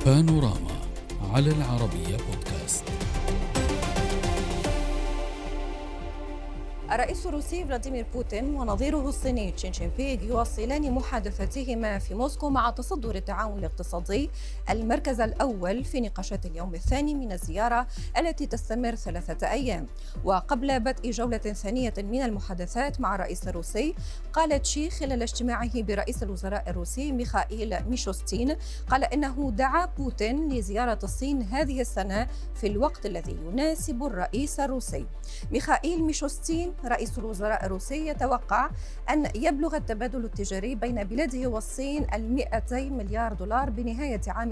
بانوراما على العربية بودكاست. الرئيس الروسي فلاديمير بوتين ونظيره الصيني شين جين بينغ يواصلان محادثاتهما في موسكو مع تصدر التعاون الاقتصادي المركز الأول في نقاشات اليوم الثاني من الزيارة التي تستمر 3 أيام. وقبل بدء جولة ثانية من المحادثات مع الرئيس الروسي، قال شي خلال اجتماعه برئيس الوزراء الروسي ميخائيل ميشوستين، قال إنه دعا بوتين لزيارة الصين هذه السنة في الوقت الذي يناسب الرئيس الروسي. ميخائيل ميشوستين رئيس الوزراء الروسي يتوقع أن يبلغ التبادل التجاري بين بلاده والصين 200 مليار دولار بنهاية عام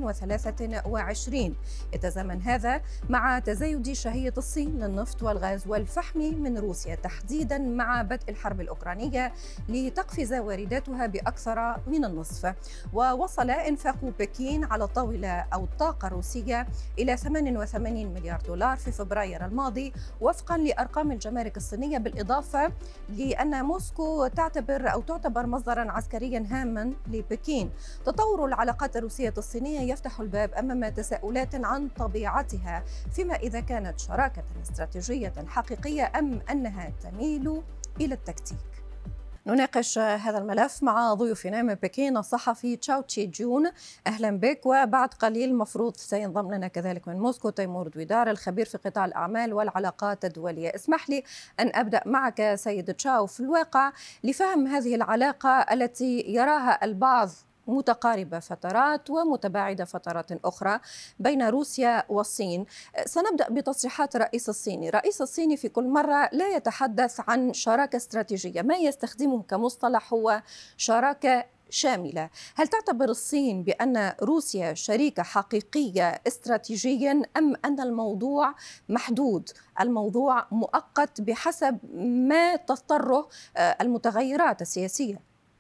2023. يتزامن هذا مع تزايد شهية الصين للنفط والغاز والفحم من روسيا، تحديدا مع بدء الحرب الأوكرانية لتقفز وارداتها بأكثر من النصف. ووصل إنفاق بكين على الطاقة الروسية إلى 88 مليار دولار في فبراير الماضي وفقا لأرقام الجمارك الصينية، بالإضافة لأن موسكو تعتبر مصدرا عسكريا هاما لبكين. تطور العلاقات الروسية الصينية يفتح الباب أمام تساؤلات عن طبيعتها، فيما إذا كانت شراكة استراتيجية حقيقية أم أنها تميل إلى التكتيك. نناقش هذا الملف مع ضيوفنا من بكين الصحفي تشاو تشي جون، أهلا بك. وبعد قليل مفروض سينضم لنا كذلك من موسكو تيمور دويدار، الخبير في قطاع الأعمال والعلاقات الدولية. اسمح لي أن أبدأ معك سيد تشاو في الواقع لفهم هذه العلاقة التي يراها البعض متقاربة فترات ومتباعدة فترات أخرى بين روسيا والصين. سنبدأ بتصريحات الرئيس الصيني. الرئيس الصيني في كل مرة لا يتحدث عن شراكة استراتيجية، ما يستخدمه كمصطلح هو شراكة شاملة. هل تعتبر الصين بأن روسيا شريكة حقيقية استراتيجيا أم أن الموضوع محدود، الموضوع مؤقت بحسب ما تضطره المتغيرات السياسية؟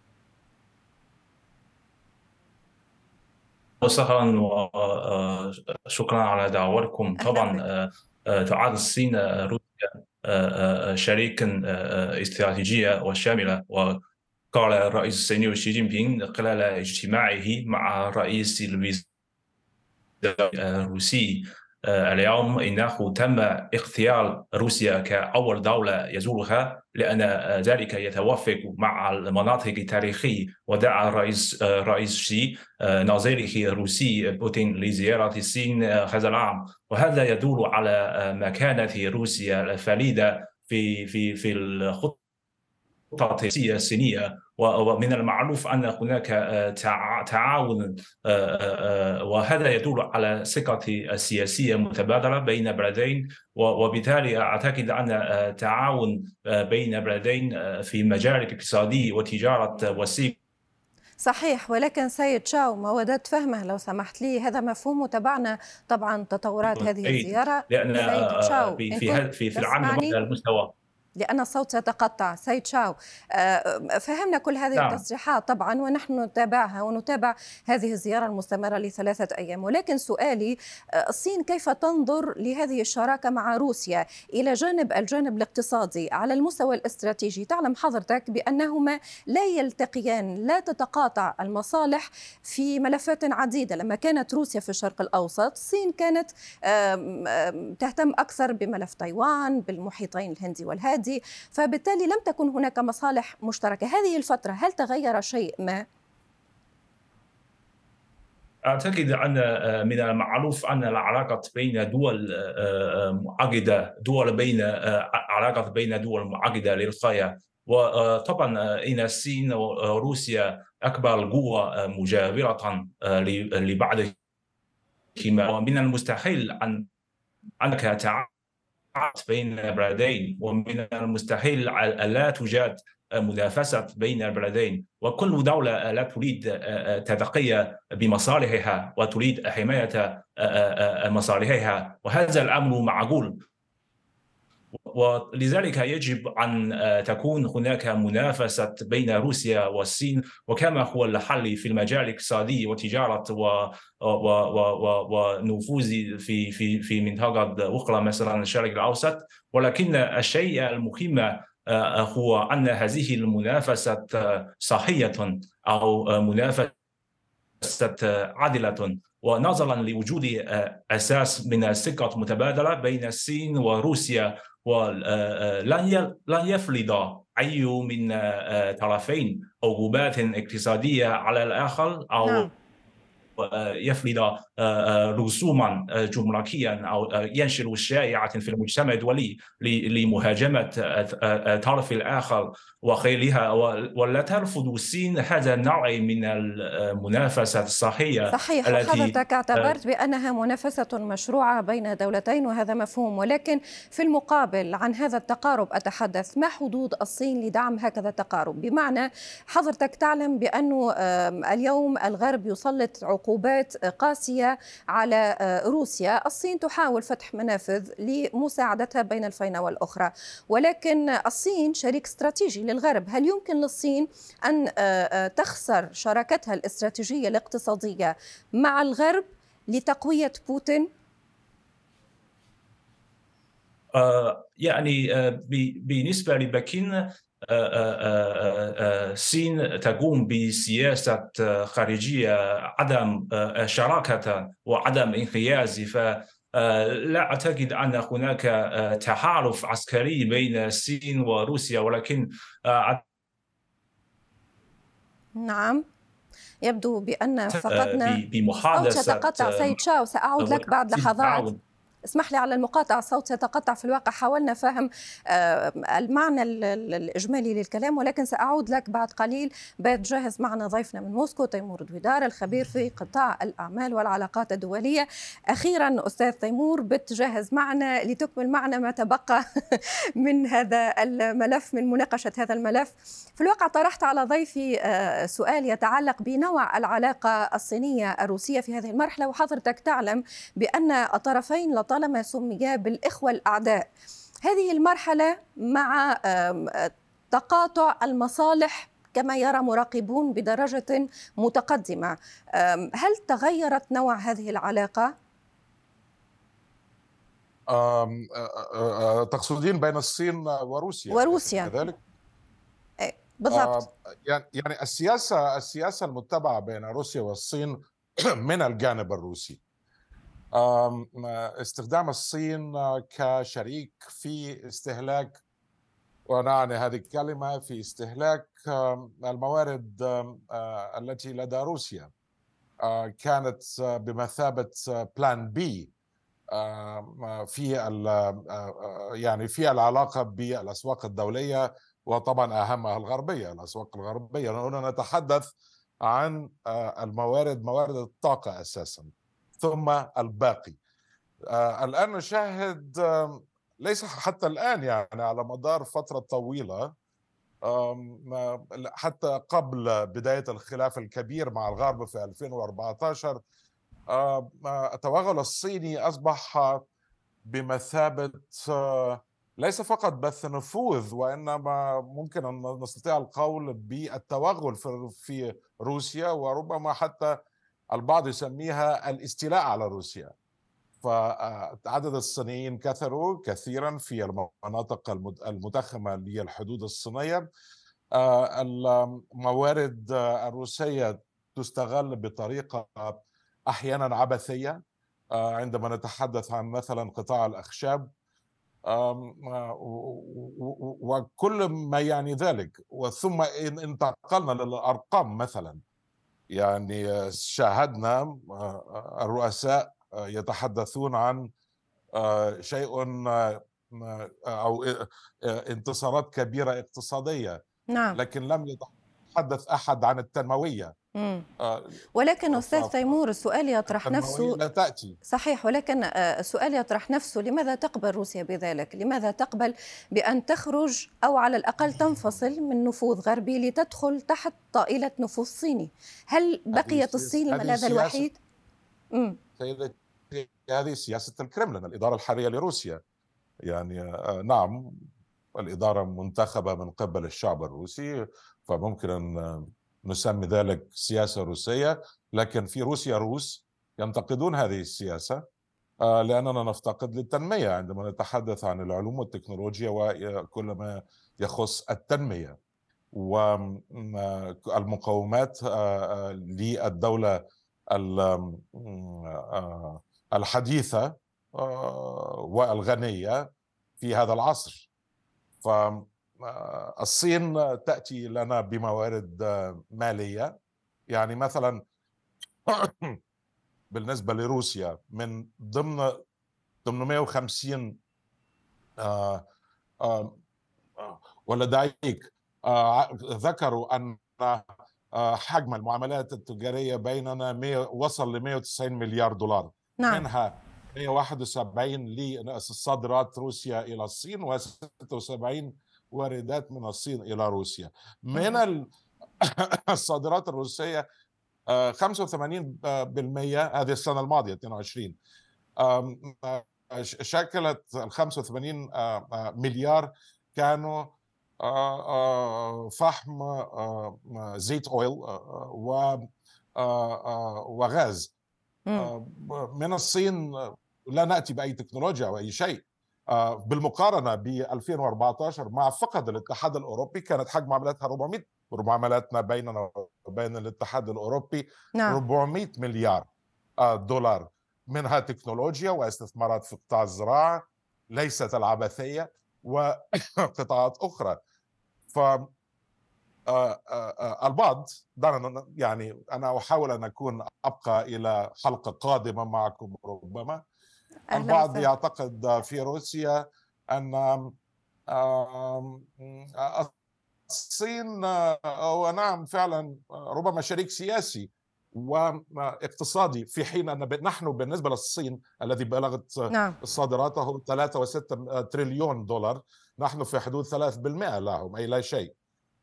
وسهلا وشكرا على دعوتكم. طبعا تعد الصين روسيا شريكا استراتيجية وشاملة. وقال الرئيس الصيني شي جين بينغ خلال اجتماعه مع رئيس الوزراء الروسي اليوم إنه تم اختيار روسيا كأول دولة يزورها، لأن ذلك يتوافق مع المناطق التاريخية. ودعا رئيس شي نظيره الروسي بوتين لزيارة الصين هذا العام، وهذا يدل على مكانة روسيا الفريدة في الخطة الصينية. ومن المعروف أن هناك تعاون، وهذا يدل على ثقة السياسية متبادلة بين بلدين، وبالتالي أعتقد أن التعاون بين بلدين في مجال الاقتصادي وتجارة وسيط. صحيح، ولكن سيد شاو ما وددت فهمه لو سمحت لي، هذا مفهوم وتابعنا طبعا تطورات هذه الزيارة. لأن سيد شاو في العام المستوى، لأن الصوت يتقطع. سيد شاو، فهمنا كل هذه التصريحات طبعا ونحن نتابعها ونتابع هذه الزيارة المستمرة ل3 أيام، ولكن سؤالي الصين كيف تنظر لهذه الشراكة مع روسيا إلى جانب الجانب الاقتصادي على المستوى الاستراتيجي؟ تعلم حضرتك بأنهما لا يلتقيان، لا تتقاطع المصالح في ملفات عديدة. لما كانت روسيا في الشرق الأوسط، الصين كانت تهتم أكثر بملف تايوان، بالمحيطين الهندي والهادي، فبالتالي لم تكن هناك مصالح مشتركة. هذه الفترة هل تغير شيء ما؟ أعتقد أن من المعروف أن العلاقة بين دول معقدة، علاقة بين دول معقدة للغاية. وطبعا إن الصين وروسيا أكبر قوة مجاورة لبعضهما، ومن المستحيل أنك تعاون بين البلدين، ومن المستحيل ألا توجد منافسة بين البلدين، وكل دولة لا تريد تدقيق بمصالحها وتريد حماية مصالحها، وهذا الأمر معقول. ولذلك يجب أن تكون هناك منافسة بين روسيا والصين، وكما هو الحل في المجال الاقتصادي وتجارة ونفوذ في منطقة أخرى مثلا الشرق الأوسط. ولكن الشيء المهم هو أن هذه المنافسة صحية أو منافسة عادلة، ونظرا لوجود أساس من الثقة متبادلة بين الصين وروسيا، ولن يفرض أي من طرفين عقوبات اقتصادية على الآخر، أو نعم. يفرض رسوما جمركيا أو ينشر شائعة في المجتمع الدولي لمهاجمة الطرف الآخر وغيرها، ولا ترفض الصين هذا النوع من المنافسة الصحية صحيح، التي وحضرتك اعتبرت بأنها منافسة مشروعة بين دولتين، وهذا مفهوم، ولكن في المقابل عن هذا التقارب أتحدث. ما حدود الصين لدعم هكذا تقارب؟ بمعنى حضرتك تعلم بأنه اليوم الغرب يسلط عقوبات قاسية على روسيا، الصين تحاول فتح منافذ لمساعدتها بين الفينة والأخرى، ولكن الصين شريك استراتيجي للغرب. هل يمكن للصين أن تخسر شراكتها الاستراتيجية الاقتصادية مع الغرب لتقوية بوتين؟ يعني بالنسبة لبكين، الصين تقوم بسياسة خارجية عدم شراكة وعدم انحياز، فلا أعتقد أن هناك تحالف عسكري بين الصين وروسيا، ولكن نعم، يبدو بأن فقدنا بمحادثة الصوت. يتقطع سيد شاو، سأعود لك بعد لحظات. اسمح لي على المقاطعة، الصوت يتقطع في الواقع. حاولنا فهم المعنى الإجمالي للكلام، ولكن سأعود لك بعد قليل. بيتجهز معنا ضيفنا من موسكو تيمور دويدار، الخبير في قطاع الأعمال والعلاقات الدولية. أخيرا أستاذ تيمور، بتجهز معنا لتكمل معنا ما تبقى من هذا الملف، من مناقشة هذا الملف. في الواقع طرحت على ضيفي سؤال يتعلق بنوع العلاقة الصينية الروسية في هذه المرحلة، وحضرتك تعلم بأن الطرفين لطالما سميا بالإخوة الأعداء. هذه المرحلة مع تقاطع المصالح كما يرى مراقبون بدرجة متقدمة، هل تغيرت نوع هذه العلاقة؟ تقصدين بين الصين وروسيا كذلك؟ بالضبط. يعني السياسة المتبعة بين روسيا والصين من الجانب الروسي استخدام الصين كشريك في استهلاك، ونعني هذه الكلمة، في استهلاك الموارد التي لدى روسيا، كانت بمثابة بلان بي في يعني في العلاقة بالأسواق الدولية، وطبعا أهمها الغربية، الأسواق الغربية. هنا نتحدث عن موارد الطاقة أساسا، ثم الباقي. الآن نشاهد، ليس حتى الآن، يعني على مدار فترة طويلة، حتى قبل بداية الخلاف الكبير مع الغرب في 2014، التوغل الصيني أصبح بمثابة ليس فقط بث نفوذ، وإنما ممكن أن نستطيع القول بالتوغل في روسيا، وربما حتى البعض يسميها الاستيلاء على روسيا. فعدد الصينيين كثروا كثيرا في المناطق المتخمة للحدود الصينية. الموارد الروسية تستغل بطريقة أحيانا عبثية، عندما نتحدث عن مثلا قطاع الأخشاب وكل ما يعني ذلك. وثم إن انتقلنا للأرقام مثلا، يعني شاهدنا الرؤساء يتحدثون عن شيء أو انتصارات كبيرة اقتصادية، نعم. لكن لم يتحدث أحد عن التنموية. ولكن أستاذ تيمور، السؤال يطرح نفسه. لا تأتي. صحيح، ولكن السؤال يطرح نفسه، لماذا تقبل روسيا بذلك؟ لماذا تقبل بأن تخرج أو على الأقل تنفصل من نفوذ غربي لتدخل تحت طائلة نفوذ صيني؟ هل بقيت الصين الملاذ الوحيد؟ سيدتي، هذه سياسة الكرملين، الإدارة الحالية لروسيا. يعني نعم، الإدارة منتخبة من قبل الشعب الروسي، فممكن أن نسمي ذلك سياسة روسية، لكن في روسيا روس ينتقدون هذه السياسة لأننا نفتقد للتنمية عندما نتحدث عن العلوم والتكنولوجيا وكل ما يخص التنمية والمقومات للدولة الحديثة والغنية في هذا العصر. فالصين تأتي لنا بموارد مالية، يعني مثلا بالنسبة لروسيا من ضمن 850 ولديك ذكروا أن حجم المعاملات التجارية بيننا وصل ل 190 مليار دولار. نعم. منها 171 لصادرات روسيا إلى الصين، و76 واردات من الصين إلى روسيا. من الصادرات الروسية 85% هذه السنة الماضية 22 شكلت ال 85 مليار كانوا فحم، زيت أويل وغاز. من الصين لا نأتي بأي تكنولوجيا أو أي شيء. بالمقارنة ب 2014 مع فقط الاتحاد الأوروبي كانت حجم معاملاتها 400، معاملاتنا بيننا وبين الاتحاد الأوروبي 400 مليار دولار، منها تكنولوجيا واستثمارات في قطاع الزراعة ليست العبثية وقطاعات أخرى. البعض، يعني أنا أحاول أن أبقى إلى حلقة قادمة معكم ربما. البعض يعتقد في روسيا أن الصين ونعم فعلا ربما شريك سياسي واقتصادي، في حين أن نحن بالنسبة للصين الذي بلغت صادراته 3.6 تريليون دولار، نحن في حدود 3% لهم، أي لا شيء.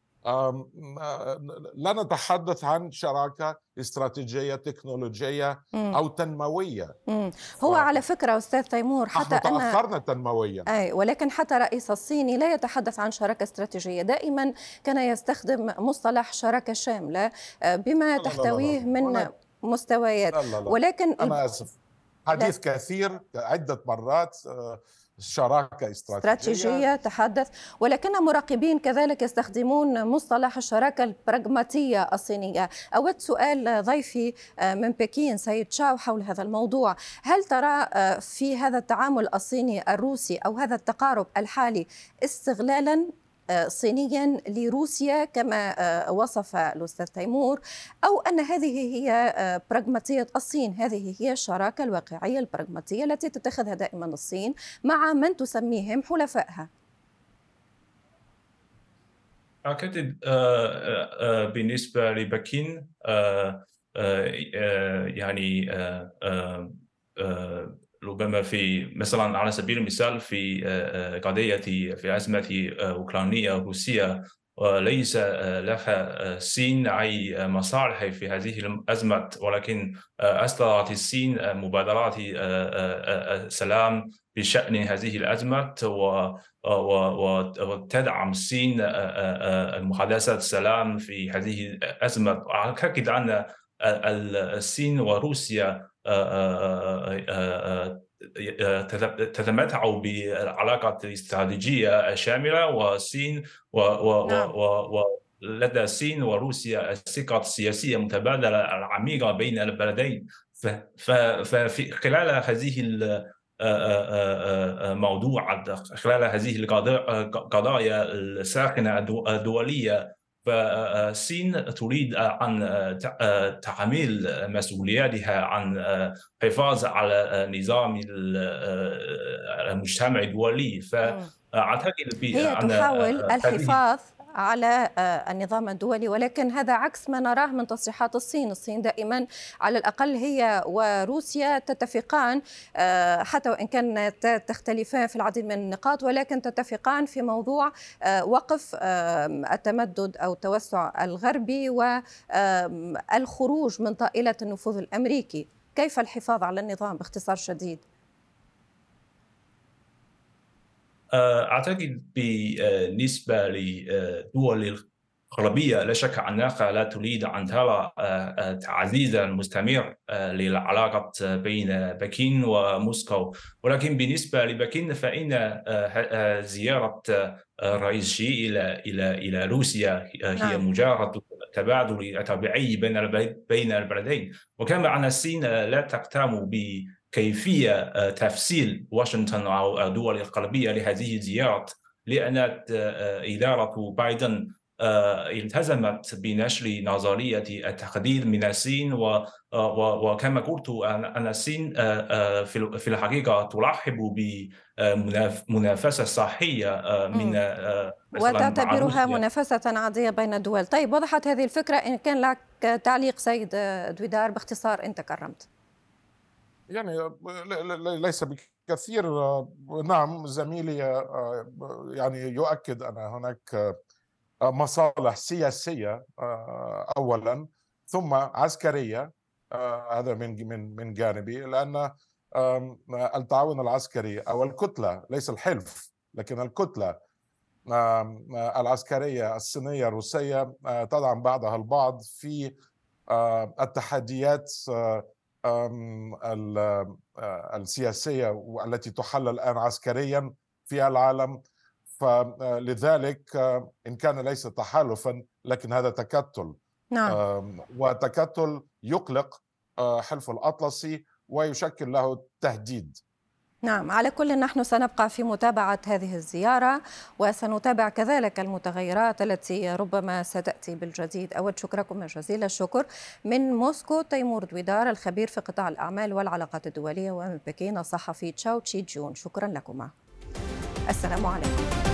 لا نتحدث عن شراكة استراتيجية تكنولوجية أو تنموية. هو على فكرة أستاذ تيمور، حتى نحن تأخرنا تنمويا، ولكن حتى رئيس الصيني لا يتحدث عن شراكة استراتيجية، دائما كان يستخدم مصطلح شراكة شاملة بما تحتويه من مستويات. ولكن أنا آسف، حديث كثير عدة مرات شراكة استراتيجية تحدث، ولكن مراقبين كذلك يستخدمون مصطلح الشراكة البراغماتية الصينية. أود سؤال ضيفي من بكين سيد شاو حول هذا الموضوع. هل ترى في هذا التعامل الصيني الروسي أو هذا التقارب الحالي استغلالا صينيا لروسيا كما وصف الأستاذ تيمور، أو أن هذه هي براغماتية الصين، هذه هي الشراكة الواقعية البراغماتية التي تتخذها دائما الصين مع من تسميهم حلفائها؟ أعتقد بالنسبة لبكين يعني ربما في مثلا على سبيل المثال في قضية في أزمة أوكرانية روسيا، وليس لها الصين أي مصالح في هذه الأزمة، ولكن أصدرت الصين مبادرات سلام بشأن هذه الأزمة، وتدعم الصين محادثات السلام في هذه الأزمة. أعتقد أن الصين وروسيا تتمتع بعلاقات استراتيجية شاملة، والصين ولدى الصين وروسيا الثقة السياسية المتبادلة العميقة بين البلدين. ففي خلال هذه الموضوع، خلال هذه القضايا الساخنة الدولية، فالصين تريد أن تحمل مسؤولياتها عن الحفاظ على نظام المجتمع الدولي. فأعتقد هي تحاول الحفاظ على النظام الدولي، ولكن هذا عكس ما نراه من تصريحات الصين. الصين دائما على الأقل هي وروسيا تتفقان، حتى وإن كان تختلفان في العديد من النقاط، ولكن تتفقان في موضوع وقف التمدد أو التوسع الغربي والخروج من طائلة النفوذ الأمريكي. كيف الحفاظ على النظام باختصار شديد؟ أعتقد بالنسبة للدول الغربية لا شك أنها لا تريد أن ترى تعزيزا مستمر للعلاقة بين بكين وموسكو، ولكن بالنسبة لبكين فإن زيارة رئيس شي إلى روسيا هي مجرد التبادل الطبيعي بين البلدين. وكما أن الصين لا تهتم بكيفية تفصيل واشنطن أو الدول الغربية لهذه الزيارات، لأن إدارة بايدن التزمت بنشر نظرية التحديد من الصين، وكما قلت أن الصين في الحقيقة ترحب بمنافسة صحية من وتعتبرها منافسة عادية بين الدول. طيب، وضحت هذه الفكرة. إن كان لك تعليق سيد دويدار باختصار إن تكرمت. يعني ليس بكثير. نعم، زميلي يعني يؤكد أن هناك مصالح سياسية أولا ثم عسكرية، هذا من جانبي، لأن التعاون العسكري أو الكتلة، ليس الحلف لكن الكتلة العسكرية الصينية الروسية تدعم بعضها البعض في التحديات السياسية والتي تحل الآن عسكريا في العالم. فلذلك إن كان ليس تحالفا لكن هذا تكتل. نعم. وتكتل يقلق حلف الأطلسي ويشكل له تهديد. نعم، على كل نحن سنبقى في متابعة هذه الزيارة وسنتابع كذلك المتغيرات التي ربما ستأتي بالجديد. أود شكركم جزيل الشكر من موسكو تيمور دويدار، الخبير في قطاع الأعمال والعلاقات الدولية، ومن بكين الصحفي تشاو تشي جون. شكرا لكما. السلام عليكم.